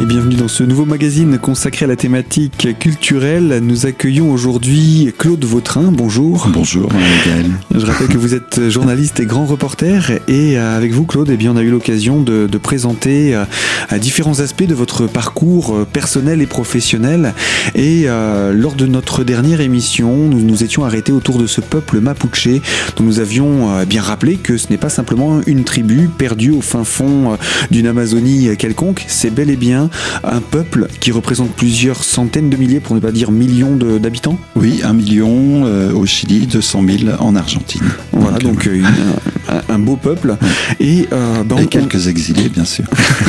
Et bienvenue dans ce nouveau magazine consacré à la thématique culturelle. Nous accueillons aujourd'hui Claude Vautrin. Bonjour. Bonjour Gaël. Je rappelle que vous êtes journaliste et grand reporter, et avec vous Claude, on a eu l'occasion de présenter différents aspects de votre parcours personnel et professionnel. Et lors de notre dernière émission, nous nous étions arrêtés autour de ce peuple mapuche, dont nous avions bien rappelé que ce n'est pas simplement une tribu perdue au fin fond d'une Amazonie quelconque, c'est bel et bien un peuple qui représente plusieurs centaines de milliers, pour ne pas dire millions d'habitants. Oui, 1 million au Chili, 200 000 en Argentine. Voilà, donc un beau peuple. Et quelques exilés, bien sûr.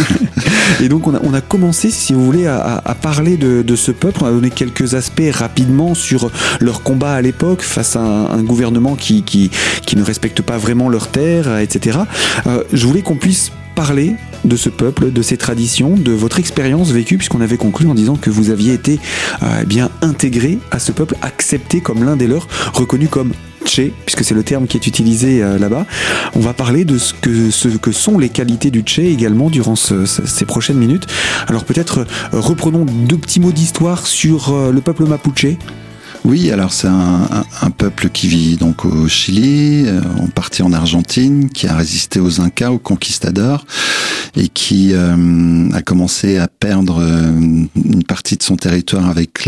Et donc on a commencé, si vous voulez, à parler de ce peuple. On a donné quelques aspects rapidement sur leur combat à l'époque face à un gouvernement qui ne respecte pas vraiment leurs terres, etc. Je voulais qu'on puisse parler de ce peuple, de ses traditions, de votre expérience vécue, puisqu'on avait conclu en disant que vous aviez été bien intégré à ce peuple, accepté comme l'un des leurs, reconnu comme Tché, puisque c'est le terme qui est utilisé là-bas. On va parler de ce que sont les qualités du Tché également durant ces prochaines minutes. Alors peut-être reprenons 2 petits mots d'histoire sur le peuple mapuche. Oui, alors c'est un peuple qui vit donc au Chili, en partie en Argentine, qui a résisté aux Incas, aux conquistadors, et qui a commencé à perdre une partie de son territoire avec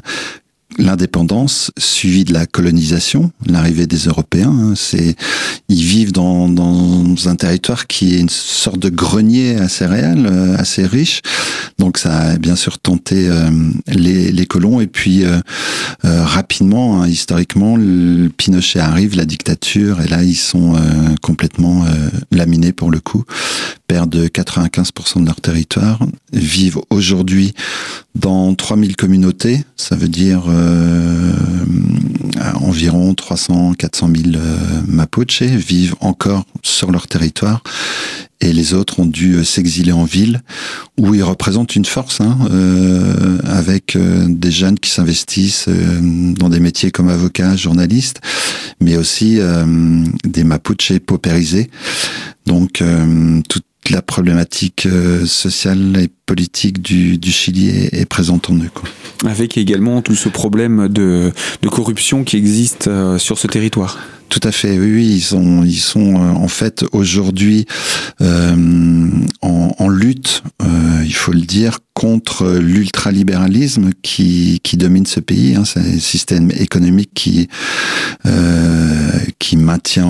l'indépendance suivie de la colonisation, l'arrivée des Européens. Ils vivent dans un territoire qui est une sorte de grenier à céréales, assez riche. Donc ça a bien sûr tenté les colons. Et puis rapidement, historiquement, le Pinochet arrive, la dictature, et là ils sont complètement laminés pour le coup, perdent 95% de leur territoire, vivent aujourd'hui dans 3000 communautés, ça veut dire environ 300-400 000 Mapuche vivent encore sur leur territoire, et les autres ont dû s'exiler en ville, où ils représentent une force, avec des jeunes qui s'investissent dans des métiers comme avocats, journalistes, mais aussi des Mapuche paupérisés. Donc toute la problématique sociale et politique du Chili est présente en eux, quoi. Avec également tout ce problème de corruption qui existe sur ce territoire. Tout à fait, oui, ils sont en fait aujourd'hui en lutte, il faut le dire, contre l'ultralibéralisme qui domine ce pays. C'est un système économique qui maintient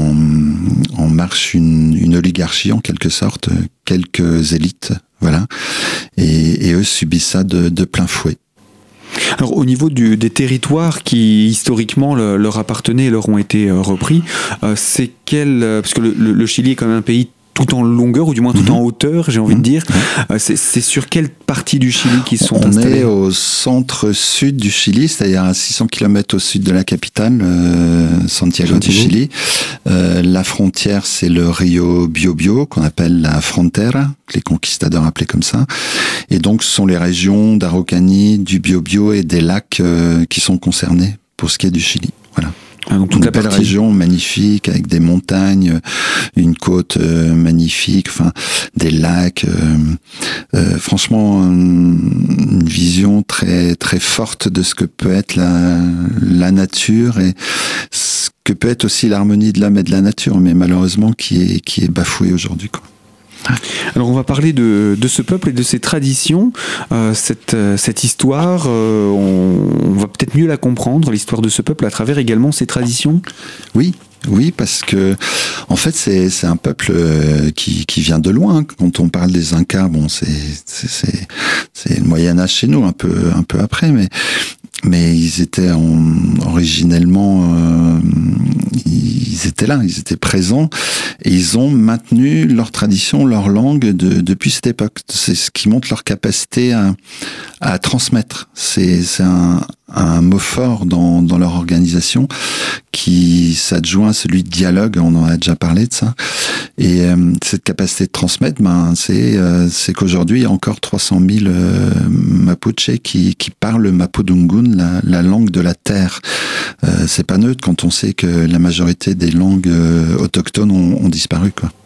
en marche une oligarchie en quelque sorte, quelques élites, voilà, et eux subissent ça de plein fouet. Alors au niveau des territoires qui historiquement leur appartenaient et leur ont été repris, c'est parce que le Chili est quand même un pays tout en longueur, ou du moins tout en hauteur, j'ai envie de dire. C'est sur quelle partie du Chili qu'ils sont installés ? On est au centre-sud du Chili, c'est-à-dire à 600 km au sud de la capitale, Santiago du Chili. La frontière, c'est le Rio Biobío, qu'on appelle la frontera, que les conquistadors appelaient comme ça. Et donc, ce sont les régions d'Araucanie, du Biobío et des lacs qui sont concernés pour ce qui est du Chili. Voilà. Donc toute une belle région magnifique, avec des montagnes, une côte magnifique, enfin des lacs. Franchement, une vision très très forte de ce que peut être la nature, et ce que peut être aussi l'harmonie de l'homme et de la nature, mais malheureusement qui est bafouée aujourd'hui, quoi. Alors on va parler de ce peuple et de ses traditions, cette histoire, on va peut-être mieux la comprendre, l'histoire de ce peuple, à travers également ses traditions. Oui, parce que en fait c'est un peuple qui vient de loin. Quand on parle des Incas, bon c'est le Moyen Âge chez nous, un peu après, mais ils étaient originellement ils étaient là, ils étaient présents, et ils ont maintenu leur tradition, leur langue depuis cette époque. C'est ce qui montre leur capacité à transmettre. C'est un mot fort dans leur organisation qui s'adjoint à celui de dialogue, on en a déjà parlé de ça. Et cette capacité de transmettre, c'est qu'aujourd'hui il y a encore 300 000 Mapuche qui parlent le Mapudungun, la langue de la terre. C'est pas neutre quand on sait que la majorité des langues autochtones ont disparu, quoi.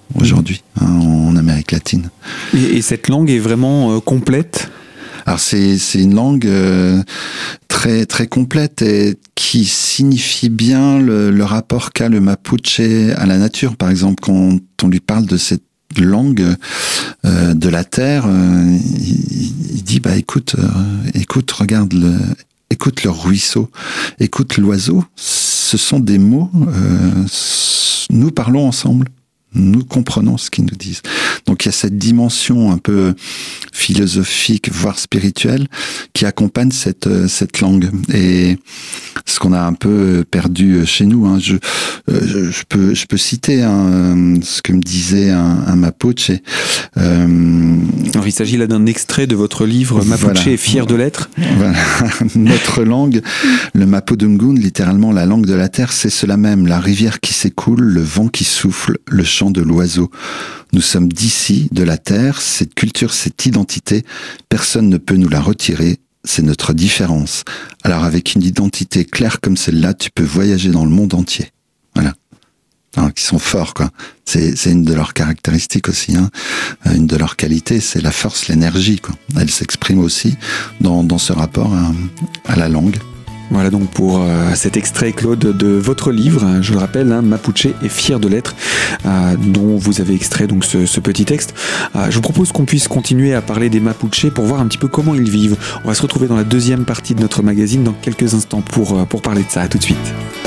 aujourd'hui en Amérique latine. Et cette langue est vraiment complète? Alors c'est une langue très très complète et qui signifie bien le rapport qu'a le Mapuche à la nature. Par exemple, quand on lui parle de cette langue de la terre, il dit écoute, regarde écoute le ruisseau, écoute l'oiseau. Ce sont des mots. Nous parlons ensemble. Nous comprenons ce qu'ils nous disent. Donc il y a cette dimension un peu philosophique, voire spirituelle, qui accompagne cette langue. Et ce qu'on a un peu perdu chez nous, je peux citer ce que me disait un Mapuche. Alors il s'agit là d'un extrait de votre livre Mapuche est fier de l'être. Voilà. Notre langue, le Mapudungun, littéralement la langue de la terre, c'est cela même, la rivière qui s'écoule, le vent qui souffle, le chant de l'oiseau. Nous sommes d'ici, de la terre, cette culture, cette identité, personne ne peut nous la retirer, c'est notre différence. Alors avec une identité claire comme celle-là, tu peux voyager dans le monde entier. Voilà. Alors, qui sont forts, quoi. C'est une de leurs caractéristiques aussi, Une de leurs qualités, c'est la force, l'énergie, quoi. Elle s'exprime aussi dans ce rapport à la langue. Voilà donc pour cet extrait, Claude, de votre livre, je le rappelle, Mapuche est fier de l'être, dont vous avez extrait donc ce petit texte. Je vous propose qu'on puisse continuer à parler des Mapuche pour voir un petit peu comment ils vivent. On va se retrouver dans la deuxième partie de notre magazine dans quelques instants pour parler de ça. À tout de suite.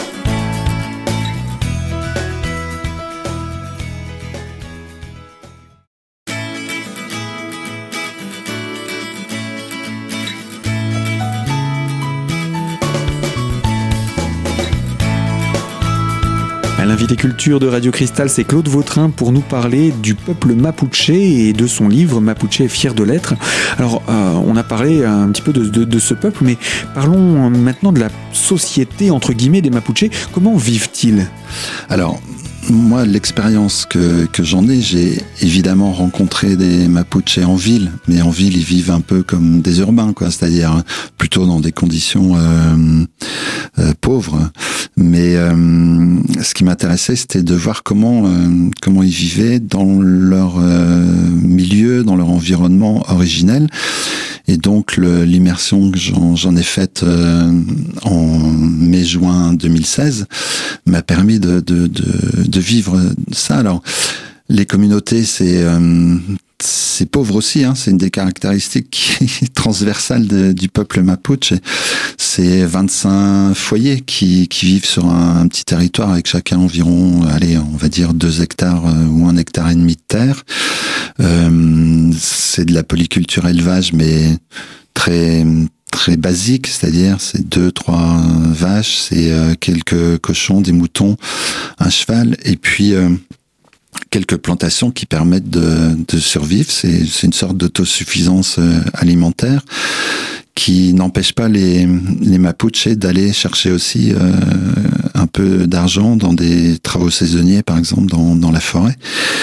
L'invité culture de Radio Cristal, c'est Claude Vautrin pour nous parler du peuple Mapuche et de son livre Mapuche est fier de l'être. Alors, on a parlé un petit peu de ce peuple, mais parlons maintenant de la société, entre guillemets, des Mapuche. Comment vivent-ils ? Alors, moi, l'expérience que j'en ai, j'ai évidemment rencontré des Mapuche en ville, mais en ville, ils vivent un peu comme des urbains, quoi, c'est-à-dire plutôt dans des conditions pauvres. Mais ce qui m'intéressait, c'était de voir comment ils vivaient dans leur milieu, dans leur environnement originel. Et donc l'immersion que j'en ai faite en mai-juin 2016 m'a permis de vivre ça. Alors les communautés, c'est pauvre aussi, c'est une des caractéristiques qui est transversale du peuple Mapuche. C'est 25 foyers qui vivent sur un petit territoire avec chacun environ, on va dire 2 hectares ou 1,5 hectare de terre. C'est de la polyculture élevage, mais très très basique, c'est-à-dire c'est 2-3 vaches, c'est quelques cochons, des moutons, un cheval, et puis quelques plantations qui permettent de survivre. C'est une sorte d'autosuffisance alimentaire qui n'empêche pas les Mapuche d'aller chercher aussi un peu d'argent dans des travaux saisonniers, par exemple dans la forêt.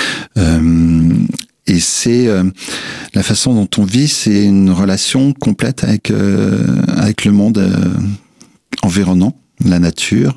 Et c'est la façon dont on vit, c'est une relation complète avec le monde environnant, la nature.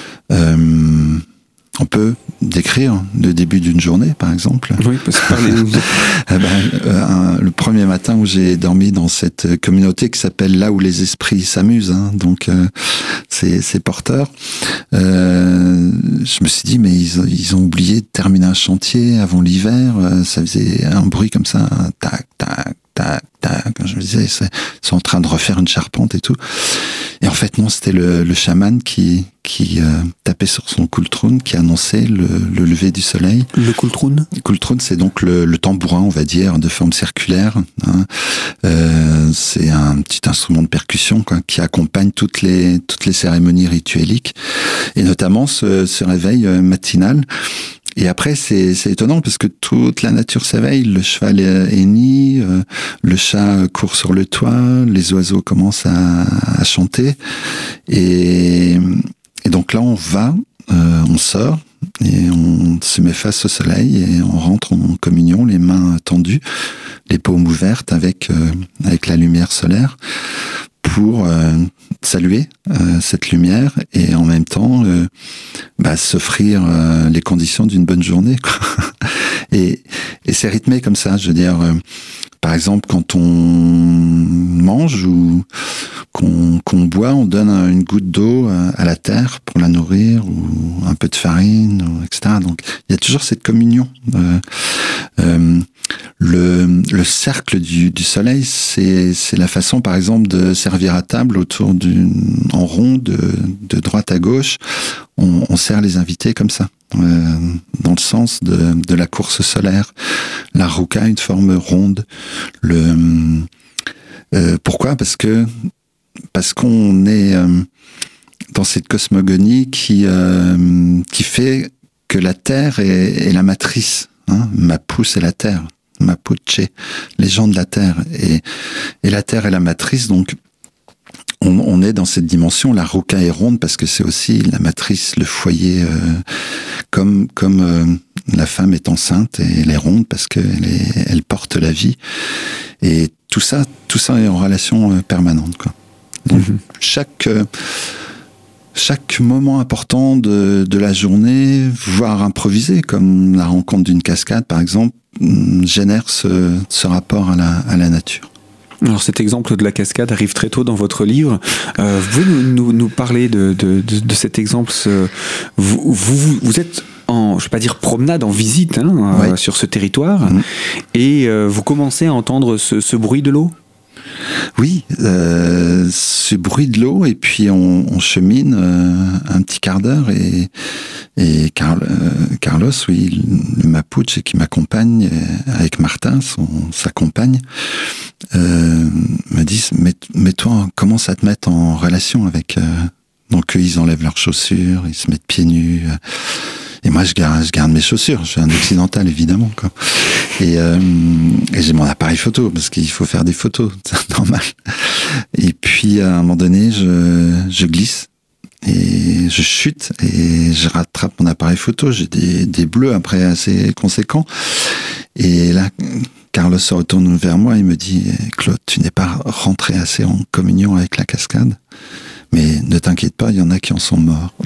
On peut décrire le début d'une journée, par exemple. Oui, parce que parlez-nous. Le premier matin où j'ai dormi dans cette communauté qui s'appelle Là où les esprits s'amusent, donc c'est porteur. Je me suis dit, mais ils ont oublié de terminer un chantier avant l'hiver. Ça faisait un bruit comme ça, tac, tac, tac, tac. Je me disais, ils sont en train de refaire une charpente et tout. Et en fait, non, c'était le chaman qui tapait sur son kultrun, qui annonçait le lever du soleil. Le kultrun ? Le kultrun, c'est donc le tambourin, on va dire, de forme circulaire. C'est un petit instrument de percussion, quoi, qui accompagne toutes les cérémonies rituelliques, et notamment ce réveil matinal. Et après, c'est étonnant parce que toute la nature s'éveille, le cheval hennit, le chat court sur le toit, les oiseaux commencent à chanter. Et donc là, on sort et on se met face au soleil et on rentre en communion, les mains tendues, les paumes ouvertes avec la lumière solaire, pour saluer cette lumière et en même temps s'offrir les conditions d'une bonne journée, quoi. Et c'est rythmé comme ça, je veux dire, par exemple quand on mange ou qu'on boit, on donne une goutte d'eau à la terre pour la nourrir, ou un peu de farine, etc. Donc il y a toujours cette communion. Le cercle du soleil, c'est la façon, par exemple, de servir à table en rond, de droite à gauche. On sert les invités comme ça, dans le sens de la course solaire. La rouka, une forme ronde. Pourquoi ? Parce qu'on est dans cette cosmogonie qui fait que la Terre est la matrice. Mapu, c'est la Terre. Mapuche, les gens de la Terre. Et la Terre est la matrice, donc on est dans cette dimension. La rouka est ronde parce que c'est aussi la matrice, le foyer, comme la femme est enceinte et elle est ronde parce qu'elle porte la vie. Et tout ça est en relation permanente, quoi. Donc, chaque moment important de la journée, voire improvisé, comme la rencontre d'une cascade, par exemple, génère ce rapport à la nature. Alors cet exemple de la cascade arrive très tôt dans votre livre. Vous pouvez nous parler de cet exemple. Vous êtes en, je vais pas dire promenade, en visite sur ce territoire, et vous commencez à entendre ce bruit de l'eau. Oui, ce bruit de l'eau, et puis on chemine un petit quart d'heure, et Carlos, oui, le Mapuche qui m'accompagne, avec Martin, sa compagne, me disent, mais toi, commence à te mettre en relation avec... Donc ils enlèvent leurs chaussures, ils se mettent pieds nus... Et moi, je garde mes chaussures. Je suis un occidental, évidemment, quoi. Et j'ai mon appareil photo, parce qu'il faut faire des photos, c'est normal. Et puis, à un moment donné, je glisse, et je chute, et je rattrape mon appareil photo. J'ai des bleus, après, assez conséquents. Et là, Carlos se retourne vers moi, et me dit, Claude, tu n'es pas rentré assez en communion avec la cascade. Mais ne t'inquiète pas, il y en a qui en sont morts.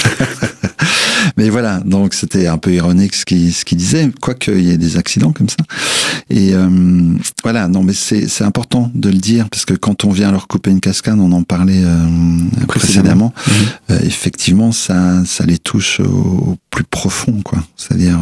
Mais voilà, donc c'était un peu ironique ce qu'il disait, quoique il y ait des accidents comme ça. Et voilà, non, mais c'est important de le dire, parce que quand on vient leur couper une cascade, on en parlait précédemment, effectivement, ça les touche au plus profond, quoi. C'est-à-dire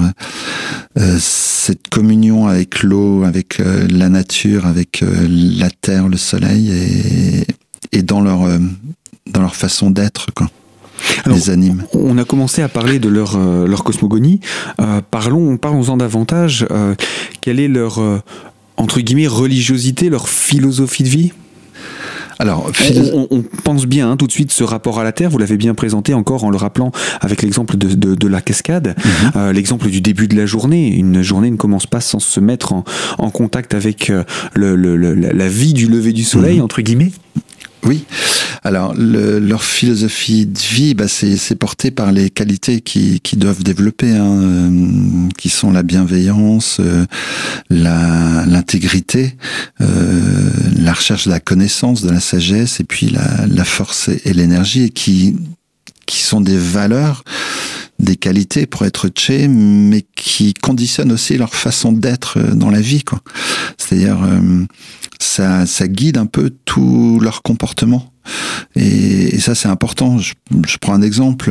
cette communion avec l'eau, avec la nature, avec la terre, le soleil, et dans leur façon d'être, quoi. Alors, les anime. On a commencé à parler de leur cosmogonie. Parlons-en davantage. Quelle est leur, entre guillemets, religiosité, leur philosophie de vie ? Alors, on pense bien tout de suite ce rapport à la terre. Vous l'avez bien présenté encore en le rappelant avec l'exemple de la cascade, l'exemple du début de la journée. Une journée ne commence pas sans se mettre en contact avec la vie du lever du soleil, entre guillemets. Oui. Alors, leur philosophie de vie, c'est porté par les qualités qui doivent développer, qui sont la bienveillance, l'intégrité, la recherche de la connaissance, de la sagesse, et puis la force et l'énergie, et qui sont des valeurs, des qualités pour être tché, mais qui conditionnent aussi leur façon d'être dans la vie, quoi. C'est-à-dire, ça guide un peu tout leur comportement. Et ça, c'est important. Je prends un exemple.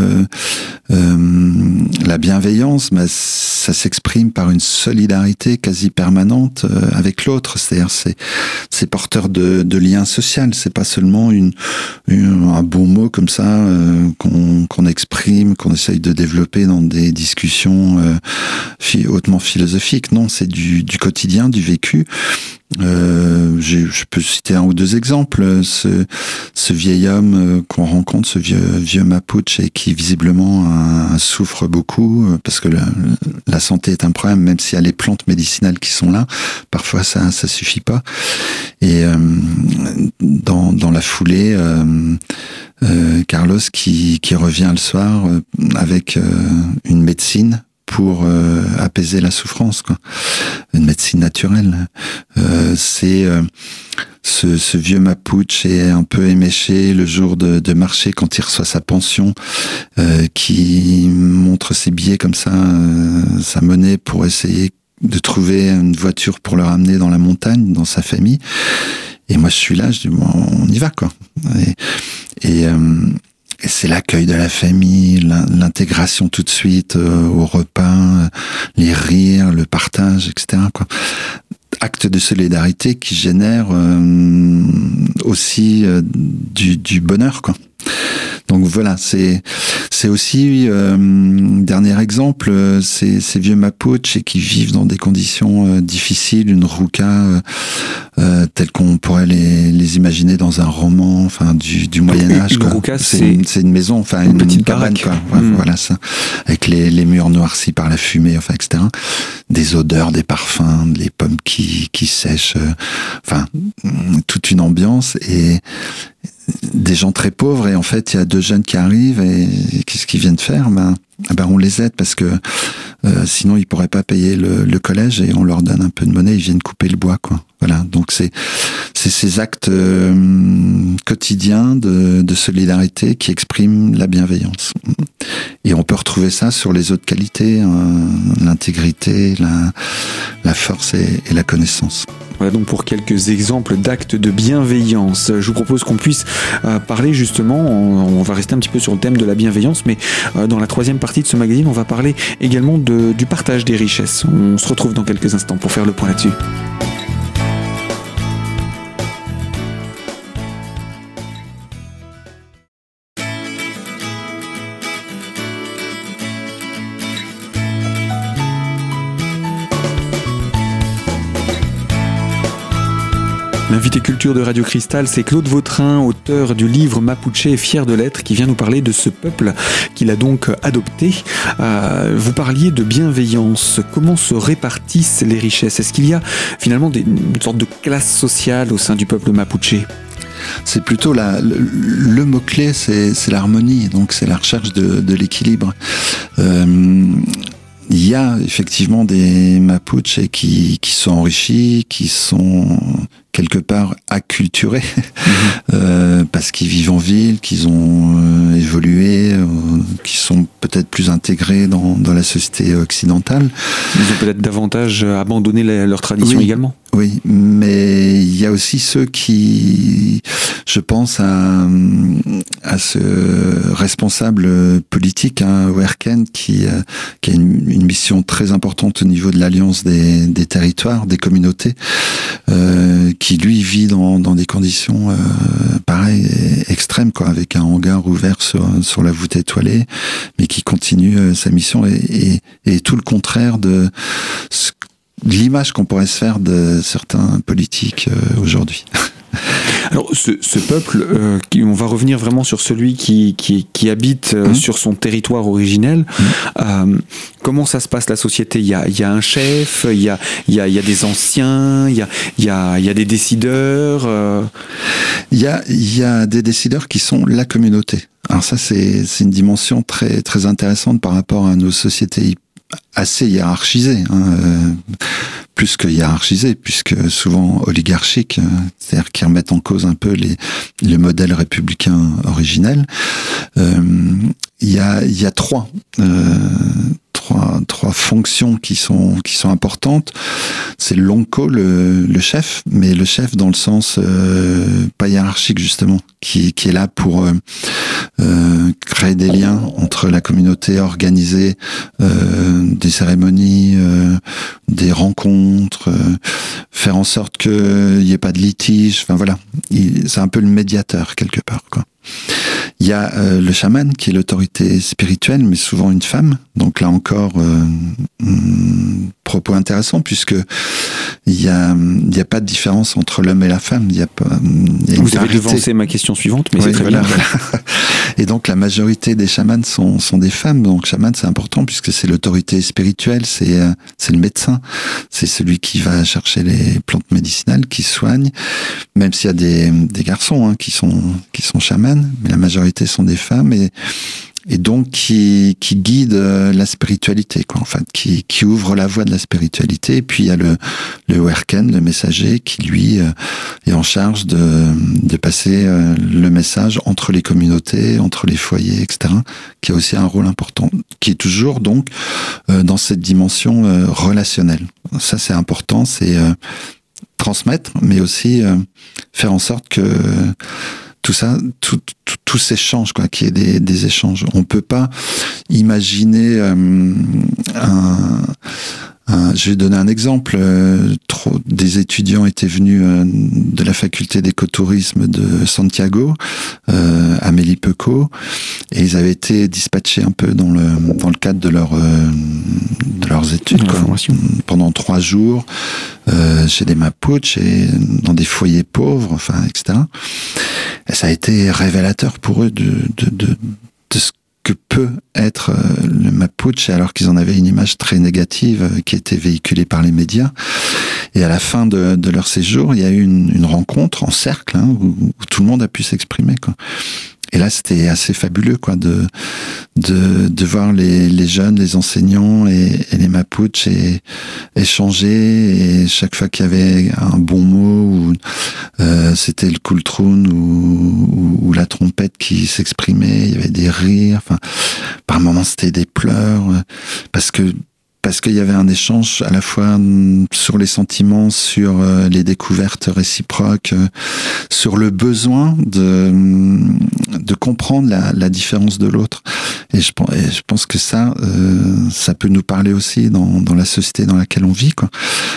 La bienveillance, ça s'exprime par une solidarité quasi permanente avec l'autre. C'est-à-dire, c'est porteur de liens sociaux. C'est pas seulement un bon mot comme ça qu'on exprime, qu'on essaye de développer dans des discussions hautement philosophiques. Non, c'est du quotidien, du vécu. Je peux citer un ou deux exemples. Ce vieil homme qu'on rencontre, ce vieux Mapuche, et qui visiblement souffre beaucoup parce que la santé est un problème, même s'il y a les plantes médicinales qui sont là, parfois ça suffit pas. Et dans la foulée, Carlos qui revient le soir avec une médecine pour apaiser la souffrance, quoi. Une médecine naturelle. ce vieux Mapuche est un peu éméché le jour de marché quand il reçoit sa pension, qui montre ses billets comme ça, sa monnaie pour essayer de trouver une voiture pour le ramener dans la montagne, dans sa famille. Et moi, je suis là, je dis, bon, on y va, quoi. Et c'est l'accueil de la famille, l'intégration tout de suite au repas, les rires, le partage, etc., quoi. Acte de solidarité qui génère aussi du bonheur, quoi. Donc voilà, c'est aussi dernier exemple, ces vieux Mapuche qui vivent dans des conditions difficiles, une ruca telle qu'on pourrait les imaginer dans un roman, enfin du Moyen Âge. Une ruca, c'est une maison, enfin une petite cabane, baraque, quoi. Voilà ça, avec les murs noircis par la fumée, enfin etc. Des odeurs, des parfums, les pommes qui sèchent, enfin toute une ambiance et des gens très pauvres. Et en fait, il y a 2 jeunes qui arrivent et qu'est-ce qu'ils viennent faire? On les aide parce que sinon ils pourraient pas payer le collège et on leur donne un peu de monnaie, ils viennent couper le bois, quoi. Voilà, donc c'est ces actes quotidiens de solidarité qui expriment la bienveillance. Et on peut retrouver ça sur les autres qualités, l'intégrité, la force et la connaissance. Voilà donc pour quelques exemples d'actes de bienveillance. Je vous propose qu'on puisse parler justement, on va rester un petit peu sur le thème de la bienveillance, mais dans la 3e partie de ce magazine, on va parler également du partage des richesses. On se retrouve dans quelques instants pour faire le point là-dessus. L'invité culture de Radio Cristal, c'est Claude Vautrin, auteur du livre Mapuche est fier de l'être, qui vient nous parler de ce peuple qu'il a donc adopté. Vous parliez de bienveillance. Comment se répartissent les richesses? Est-ce qu'il y a finalement une sorte de classe sociale au sein du peuple Mapuche? C'est plutôt le mot-clé, c'est l'harmonie, donc c'est la recherche de l'équilibre. Il y a effectivement des Mapuche qui sont enrichis, qui sont quelque part acculturés, parce qu'ils vivent en ville, qu'ils ont évolué, qui sont peut-être plus intégrés dans la société occidentale. Ils ont peut-être davantage abandonné leur tradition également. Oui, mais il y a aussi ceux qui, je pense à ce responsable politique, Werken, qui a une mission très importante au niveau de l'alliance des territoires, des communautés, qui lui vit dans des conditions pareilles, extrêmes, quoi, avec un hangar ouvert sur la voûte étoilée, mais qui continue sa mission et tout le contraire de l'image qu'on pourrait se faire de certains politiques aujourd'hui. Alors, ce peuple, on va revenir vraiment sur celui qui habite sur son territoire originel. Comment ça se passe, la société? Il y a un chef, il y a des anciens, il y a des décideurs. Il y a des décideurs qui sont la communauté. Alors ça, c'est une dimension très, très intéressante par rapport à nos sociétés assez hiérarchisées, plus que hiérarchisées, puisque souvent oligarchiques, c'est-à-dire qui remettent en cause un peu le modèle républicain originel. Il y a trois fonctions qui sont importantes. C'est l'onco, le chef, mais le chef dans le sens pas hiérarchique, justement, qui est là pour créer des liens entre la communauté, organiser des cérémonies, des rencontres, faire en sorte qu'il n'y ait pas de litige. Enfin voilà, c'est un peu le médiateur quelque part, quoi. Il y a le chaman qui est l'autorité spirituelle, mais souvent une femme. Donc là encore, propos intéressant, puisque il y a pas de différence entre l'homme et la femme. Il y a Vous avez devancé ma question suivante, mais oui, c'est très bien. Voilà. Et donc la majorité des chamans sont des femmes. Donc chaman, c'est important puisque c'est l'autorité spirituelle, c'est le médecin, c'est celui qui va chercher les plantes médicinales, qui soigne. Même s'il y a des garçons qui sont chamans, mais la majorité sont des femmes. et donc qui guide la spiritualité, quoi, en fait, qui ouvre la voie de la spiritualité. Et puis il y a le Werken, le messager, qui lui est en charge de passer le message entre les communautés, entre les foyers, etc., qui a aussi un rôle important, qui est toujours donc dans cette dimension relationnelle. Ça, c'est important, c'est transmettre, mais aussi faire en sorte que tout ça, tout s'échange, quoi, qu'il y ait des échanges. On peut pas imaginer je vais donner un exemple. Des étudiants étaient venus de la faculté d'écotourisme de Santiago, à Melipeco, et ils avaient été dispatchés un peu dans le cadre de leurs études, quoi, pendant 3 jours chez des Mapuches et dans des foyers pauvres, enfin, etc. Et ça a été révélateur pour eux de ce que peut être le Mapuche, alors qu'ils en avaient une image très négative qui était véhiculée par les médias. Et à la fin de leur séjour, il y a eu une rencontre en cercle, hein, où tout le monde a pu s'exprimer, quoi. Et là, c'était assez fabuleux, quoi, de voir les jeunes, les enseignants et les Mapuches échanger, et chaque fois qu'il y avait un bon mot, ou c'était le kultrun ou la trompette qui s'exprimait, il y avait des rires, enfin, par moments c'était des pleurs, parce qu'il y avait un échange à la fois sur les sentiments, sur les découvertes réciproques, sur le besoin de comprendre la différence de l'autre. Et je pense que ça peut nous parler aussi dans la société dans laquelle on vit, quoi.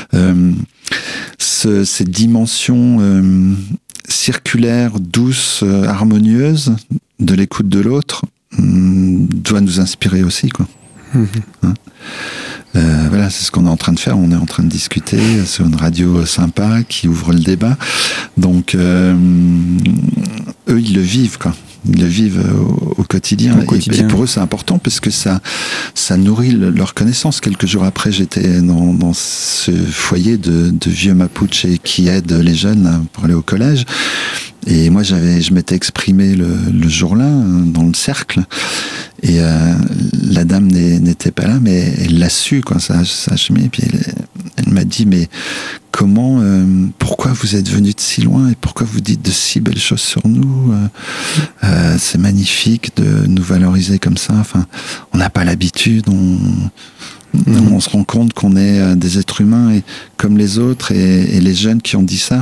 Cette dimension circulaire, douce, harmonieuse de l'écoute de l'autre doit nous inspirer aussi, quoi. Hein? Voilà, c'est ce qu'on est en train de faire. On est en train de discuter sur une radio sympa qui ouvre le débat. Donc, eux, ils le vivent, quoi. Ils le vivent au quotidien. Et pour eux, c'est important parce que ça nourrit leur connaissance. Quelques jours après, j'étais dans ce foyer de vieux Mapuche qui aident les jeunes pour aller au collège. Et moi, je m'étais exprimé le jour-là dans le cercle. Et la dame n'était pas là, mais elle l'a su, quoi, ça a cheminé. Et puis elle m'a dit, mais comment, pourquoi vous êtes venus de si loin et pourquoi vous dites de si belles choses sur nous? C'est magnifique de nous valoriser comme ça. Enfin, on n'a pas l'habitude. On se rend compte qu'on est des êtres humains et comme les autres, et les jeunes qui ont dit ça.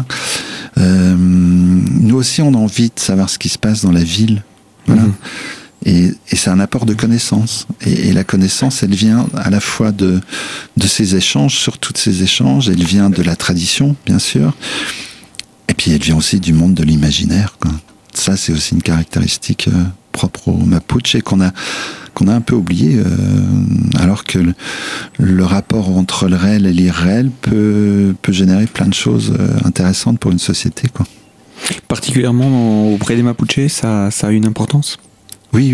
Nous aussi, on a envie de savoir ce qui se passe dans la ville. Voilà. Et c'est un apport de connaissance. Et la connaissance, elle vient à la fois de ces échanges, sur tous ces échanges. Elle vient de la tradition, bien sûr. Et puis, elle vient aussi du monde de l'imaginaire, quoi. Ça, c'est aussi une caractéristique propre au Mapuche et qu'on a un peu oublié, alors que le rapport entre le réel et l'irréel peut générer plein de choses intéressantes pour une société, quoi. Particulièrement auprès des Mapuches, ça a une importance? Oui.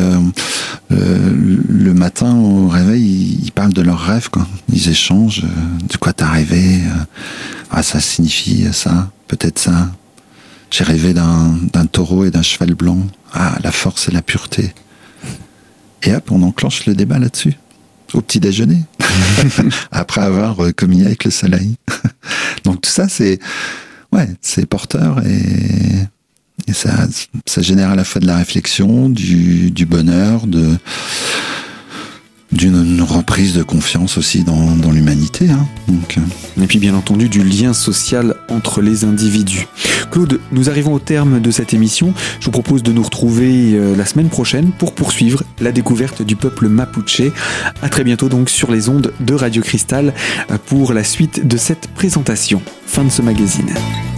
Le matin au réveil, ils parlent de leurs rêves, quoi. Ils échangent. De quoi t'as rêvé? Ça signifie ça, peut-être ça. J'ai rêvé d'un taureau et d'un cheval blanc. La force et la pureté. Et hop, on enclenche le débat là-dessus, au petit déjeuner, après avoir communié avec le soleil. Donc tout ça, c'est porteur et ça génère à la fois de la réflexion, du bonheur, d'une reprise de confiance aussi dans l'humanité, hein. Donc, et puis bien entendu du lien social entre les individus. Claude, nous arrivons au terme de cette émission. Je vous propose de nous retrouver la semaine prochaine pour poursuivre la découverte du peuple Mapuche. À très bientôt donc sur les ondes de Radio Cristal pour la suite de cette présentation. Fin de ce magazine.